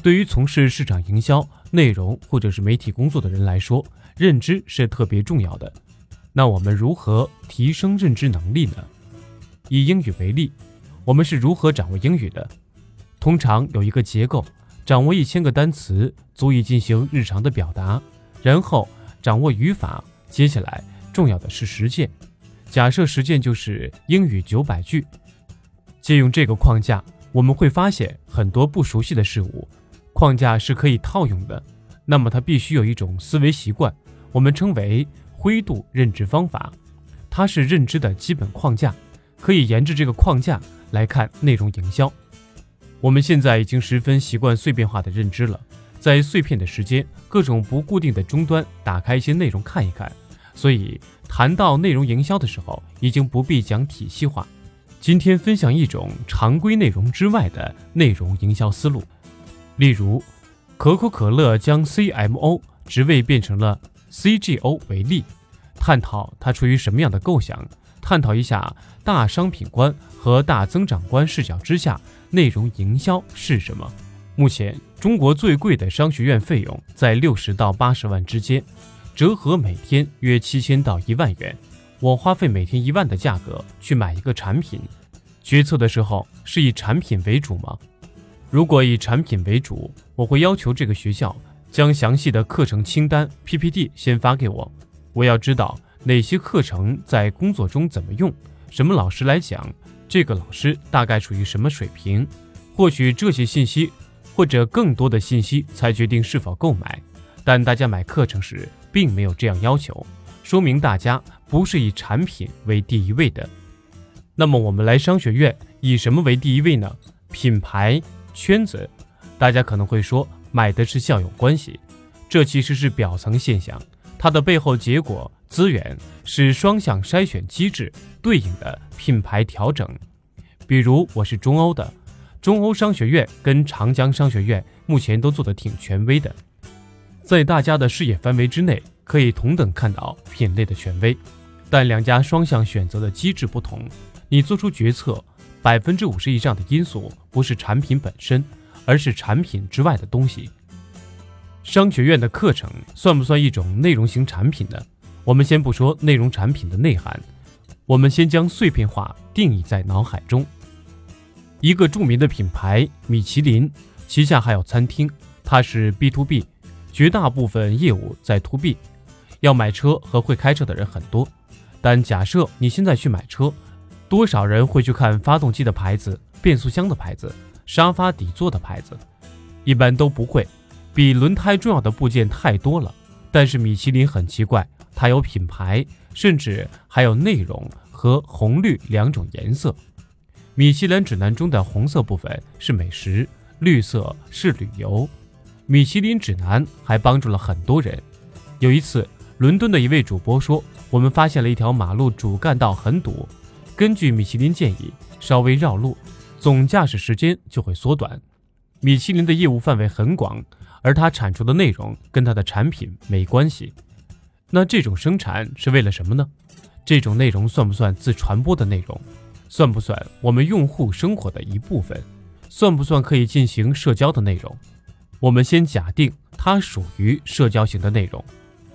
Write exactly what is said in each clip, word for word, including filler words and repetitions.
对于从事市场营销、内容或者是媒体工作的人来说，认知是特别重要的。那我们如何提升认知能力呢？以英语为例，我们是如何掌握英语的？通常有一个结构，掌握一千个单词足以进行日常的表达，然后掌握语法，接下来重要的是实践。假设实践就是英语九百句。借用这个框架，我们会发现很多不熟悉的事物，框架是可以套用的。那么它必须有一种思维习惯，我们称为灰度认知方法，它是认知的基本框架，可以沿着这个框架来看内容营销。我们现在已经十分习惯碎片化的认知了，在碎片的时间，各种不固定的终端打开一些内容看一看，所以谈到内容营销的时候，已经不必讲体系化。今天分享一种常规内容之外的内容营销思路，例如可口可乐将 C M O 职位变成了 C G O 为例，探讨它出于什么样的构想，探讨一下大商品观和大增长观视角之下内容营销是什么。目前中国最贵的商学院费用在六十到八十万之间，折合每天约七千到一万元。我花费每天一万的价格去买一个产品，决策的时候是以产品为主吗？如果以产品为主，我会要求这个学校将详细的课程清单 P P T 先发给我，我要知道哪些课程在工作中怎么用，什么老师来讲，这个老师大概属于什么水平。或许这些信息或者更多的信息才决定是否购买，但大家买课程时并没有这样要求，说明大家不是以产品为第一位的。那么我们来商学院以什么为第一位呢？品牌、圈子。大家可能会说买的是校友关系，这其实是表层现象，它的背后结果资源是双向筛选机制对应的品牌调整。比如我是中欧的，中欧商学院跟长江商学院目前都做得挺权威的，在大家的视野范围之内可以同等看到品类的权威，但两家双向选择的机制不同，你做出决策百分之五十以上的因素不是产品本身，而是产品之外的东西。商学院的课程算不算一种内容型产品呢？我们先不说内容产品的内涵，我们先将碎片化定义在脑海中。一个著名的品牌米其林旗下还有餐厅，它是 B to B， 绝大部分业务在 to B， 要买车和会开车的人很多，但假设你现在去买车，多少人会去看发动机的牌子、变速箱的牌子、沙发底座的牌子？一般都不会，比轮胎重要的部件太多了。但是米其林很奇怪，它有品牌，甚至还有内容和红绿两种颜色。米其林指南中的红色部分是美食，绿色是旅游。米其林指南还帮助了很多人。有一次，伦敦的一位主播说，我们发现了一条马路主干道很堵，根据米其林建议稍微绕路，总驾驶时间就会缩短。米其林的业务范围很广，而它产出的内容跟它的产品没关系。那这种生产是为了什么呢？这种内容算不算自传播的内容？算不算我们用户生活的一部分？算不算可以进行社交的内容？我们先假定它属于社交型的内容。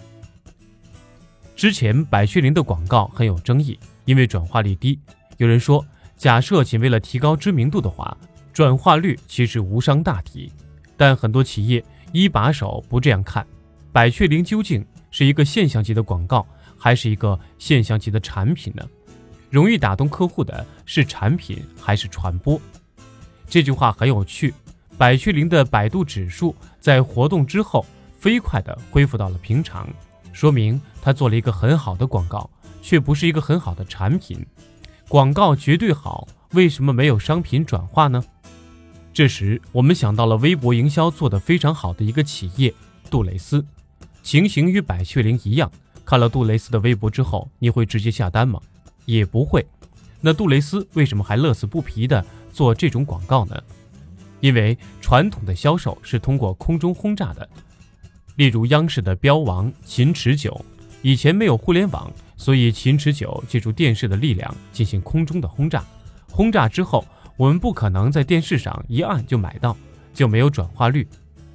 之前百雀羚的广告很有争议，因为转化率低。有人说，假设仅为了提高知名度的话，转化率其实无伤大体。但很多企业一把手不这样看，百雀羚究竟是一个现象级的广告，还是一个现象级的产品呢？容易打动客户的是产品还是传播？这句话很有趣。百雀羚的百度指数在活动之后飞快地恢复到了平常，说明他做了一个很好的广告，却不是一个很好的产品。广告绝对好，为什么没有商品转化呢？这时我们想到了微博营销做得非常好的一个企业杜蕾斯。情形与百雀羚一样，看了杜蕾斯的微博之后，你会直接下单吗？也不会。那杜蕾斯为什么还乐此不疲地做这种广告呢？因为传统的销售是通过空中轰炸的，例如央视的标王秦池酒，以前没有互联网，所以秦池酒借助电视的力量进行空中的轰炸。轰炸之后，我们不可能在电视上一按就买到，就没有转化率，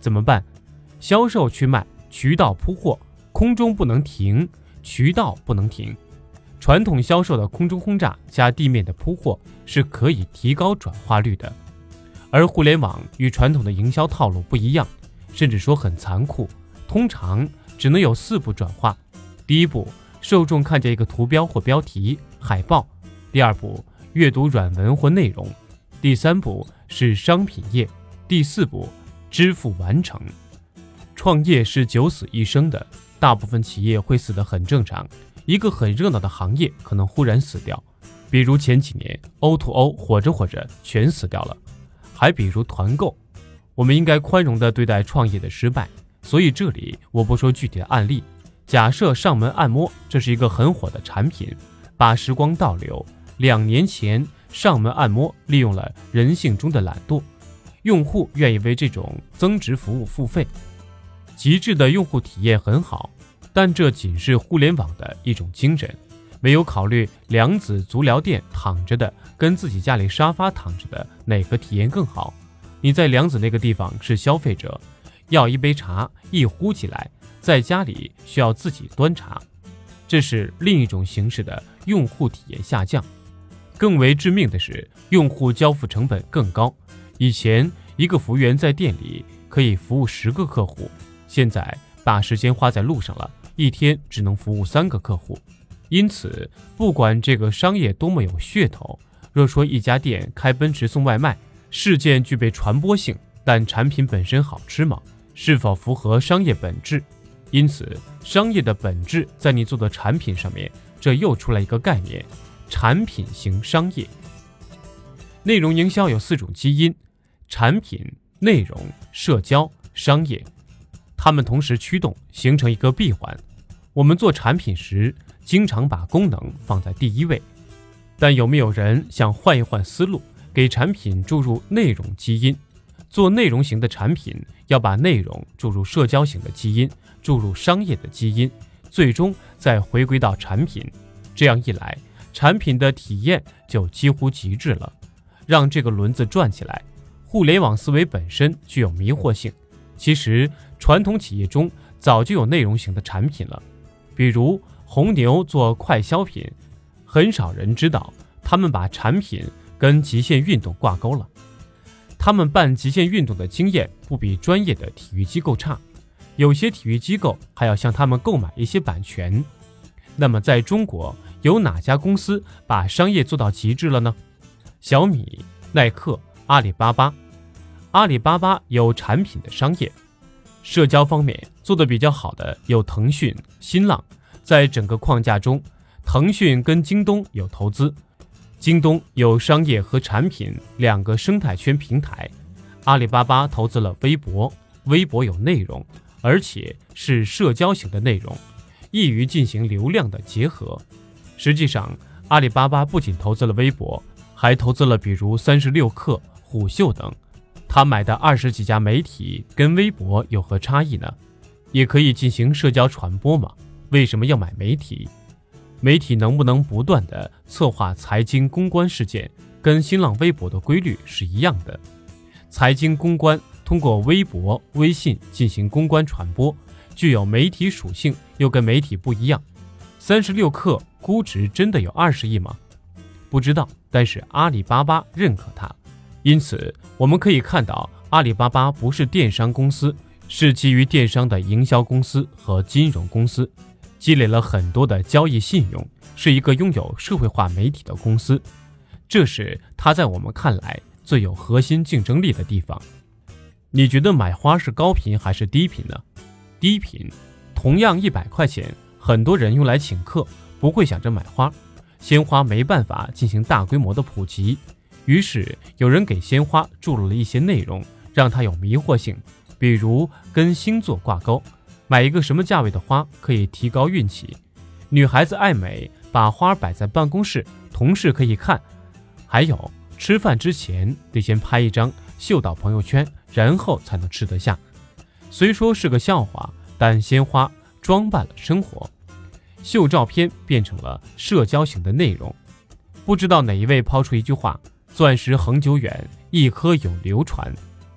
怎么办？销售去卖，渠道铺货，空中不能停，渠道不能停。传统销售的空中轰炸加地面的铺货是可以提高转化率的，而互联网与传统的营销套路不一样，甚至说很残酷，通常只能有四步转化。第一步，受众看见一个图标或标题、海报；第二步，阅读软文或内容；第三步是商品页；第四步，支付完成。创业是九死一生的，大部分企业会死得很正常，一个很热闹的行业可能忽然死掉，比如前几年 O to O 火着火着全死掉了，还比如团购。我们应该宽容地对待创业的失败，所以这里我不说具体的案例。假设上门按摩，这是一个很火的产品，把时光倒流，两年前上门按摩利用了人性中的懒惰，用户愿意为这种增值服务付费，极致的用户体验很好，但这仅是互联网的一种精神，没有考虑量子足疗店躺着的跟自己家里沙发躺着的哪个体验更好。你在量子那个地方是消费者，要一杯茶一呼起来，在家里需要自己端茶，这是另一种形式的用户体验下降。更为致命的是，用户交付成本更高。以前一个服务员在店里可以服务十个客户，现在把时间花在路上了，一天只能服务三个客户。因此，不管这个商业多么有噱头，若说一家店开奔驰送外卖，事件具备传播性，但产品本身好吃吗？是否符合商业本质？因此，商业的本质在你做的产品上面，这又出来一个概念：产品型商业。内容营销有四种基因：产品、内容、社交、商业，它们同时驱动，形成一个闭环。我们做产品时，经常把功能放在第一位，但有没有人想换一换思路，给产品注入内容基因？做内容型的产品，要把内容注入社交型的基因，注入商业的基因，最终再回归到产品。这样一来，产品的体验就几乎极致了，让这个轮子转起来。互联网思维本身具有迷惑性，其实传统企业中早就有内容型的产品了，比如红牛做快消品，很少人知道他们把产品跟极限运动挂钩了。他们办极限运动的经验不比专业的体育机构差，有些体育机构还要向他们购买一些版权。那么在中国，有哪家公司把商业做到极致了呢？小米、耐克、阿里巴巴。阿里巴巴有产品的商业，社交方面做得比较好的有腾讯、新浪。在整个框架中，腾讯跟京东有投资，京东有商业和产品两个生态圈平台。阿里巴巴投资了微博，微博有内容，而且是社交型的内容，易于进行流量的结合。实际上，阿里巴巴不仅投资了微博，还投资了比如三十六氪、虎嗅等。他买的二十几家媒体跟微博有何差异呢？也可以进行社交传播嘛？为什么要买媒体？媒体能不能不断的策划财经公关事件，跟新浪微博的规律是一样的。财经公关通过微博、微信进行公关传播，具有媒体属性，又跟媒体不一样。三十六氪估值真的有二十亿吗？不知道，但是阿里巴巴认可它。因此，我们可以看到，阿里巴巴不是电商公司，是基于电商的营销公司和金融公司，积累了很多的交易信用，是一个拥有社会化媒体的公司。这是它在我们看来最有核心竞争力的地方。你觉得买花是高频还是低频呢？低频，同样一百块钱，很多人用来请客，不会想着买花，鲜花没办法进行大规模的普及。于是有人给鲜花注入了一些内容，让它有迷惑性，比如跟星座挂钩，买一个什么价位的花可以提高运气。女孩子爱美，把花摆在办公室，同事可以看。还有吃饭之前得先拍一张秀到朋友圈，然后才能吃得下。虽说是个笑话，但鲜花装扮了生活，秀照片变成了社交型的内容。不知道哪一位抛出一句话：钻石恒久远，一颗永流传。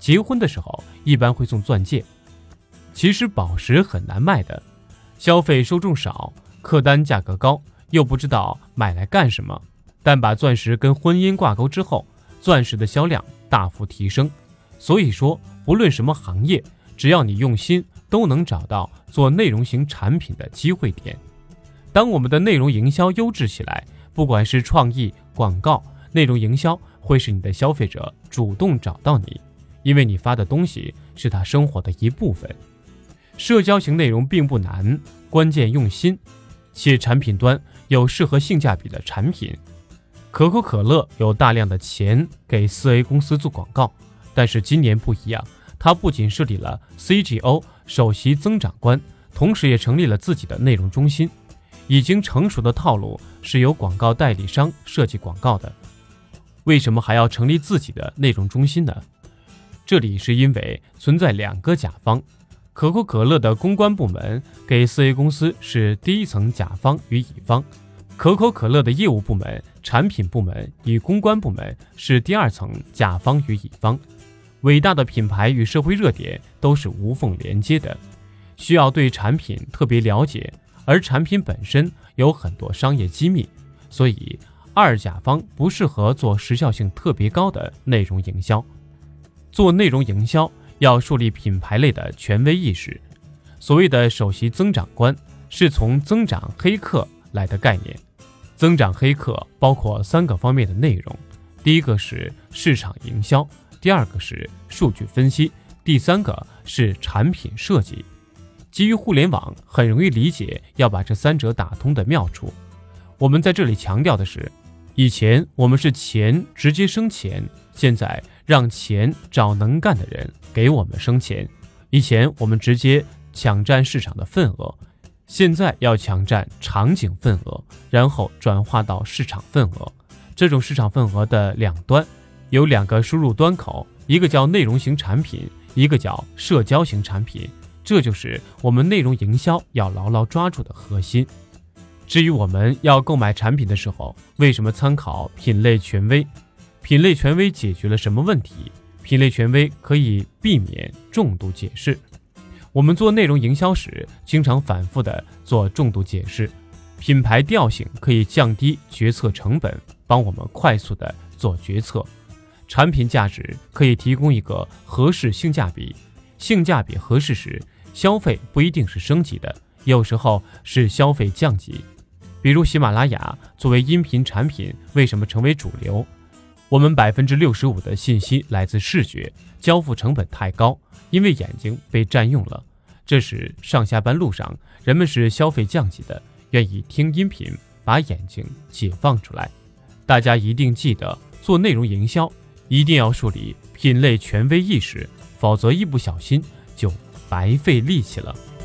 结婚的时候一般会送钻戒。其实宝石很难卖的，消费受众少，客单价格高，又不知道买来干什么。但把钻石跟婚姻挂钩之后，钻石的销量大幅提升。所以说，不论什么行业，只要你用心，都能找到做内容型产品的机会点。当我们的内容营销优质起来，不管是创意、广告、内容营销，会使你的消费者主动找到你，因为你发的东西是他生活的一部分。社交型内容并不难，关键用心，且产品端有适合性价比的产品。可口可乐有大量的钱给 四 A 公司做广告，但是今年不一样，它不仅设立了 C G O 首席增长官，同时也成立了自己的内容中心。已经成熟的套路是由广告代理商设计广告的，为什么还要成立自己的内容中心呢？这里是因为存在两个甲方，可口可乐的公关部门给 四 A 公司是第一层甲方与乙方，可口可乐的业务部门、产品部门与公关部门是第二层甲方与乙方。伟大的品牌与社会热点都是无缝连接的，需要对产品特别了解，而产品本身有很多商业机密，所以二甲方不适合做时效性特别高的内容营销。做内容营销要树立品牌类的权威意识。所谓的首席增长官是从增长黑客来的概念。增长黑客包括三个方面的内容，第一个是市场营销，第二个是数据分析，第三个是产品设计。基于互联网很容易理解要把这三者打通的妙处。我们在这里强调的是，以前我们是钱直接生钱，现在让钱找能干的人给我们生钱。以前我们直接抢占市场的份额，现在要抢占场景份额，然后转化到市场份额。这种市场份额的两端有两个输入端口，一个叫内容型产品，一个叫社交型产品。这就是我们内容营销要牢牢抓住的核心。至于我们要购买产品的时候，为什么参考品类权威？品类权威解决了什么问题？品类权威可以避免重度解释。我们做内容营销时，经常反复的做重度解释。品牌调性可以降低决策成本，帮我们快速的做决策。产品价值可以提供一个合适性价比，性价比合适时，消费不一定是升级的，有时候是消费降级。比如喜马拉雅作为音频产品为什么成为主流？我们 百分之六十五 的信息来自视觉，交付成本太高，因为眼睛被占用了。这时上下班路上，人们是消费降级的，愿意听音频，把眼睛解放出来。大家一定记得，做内容营销一定要树立品类权威意识，否则一不小心就白费力气了。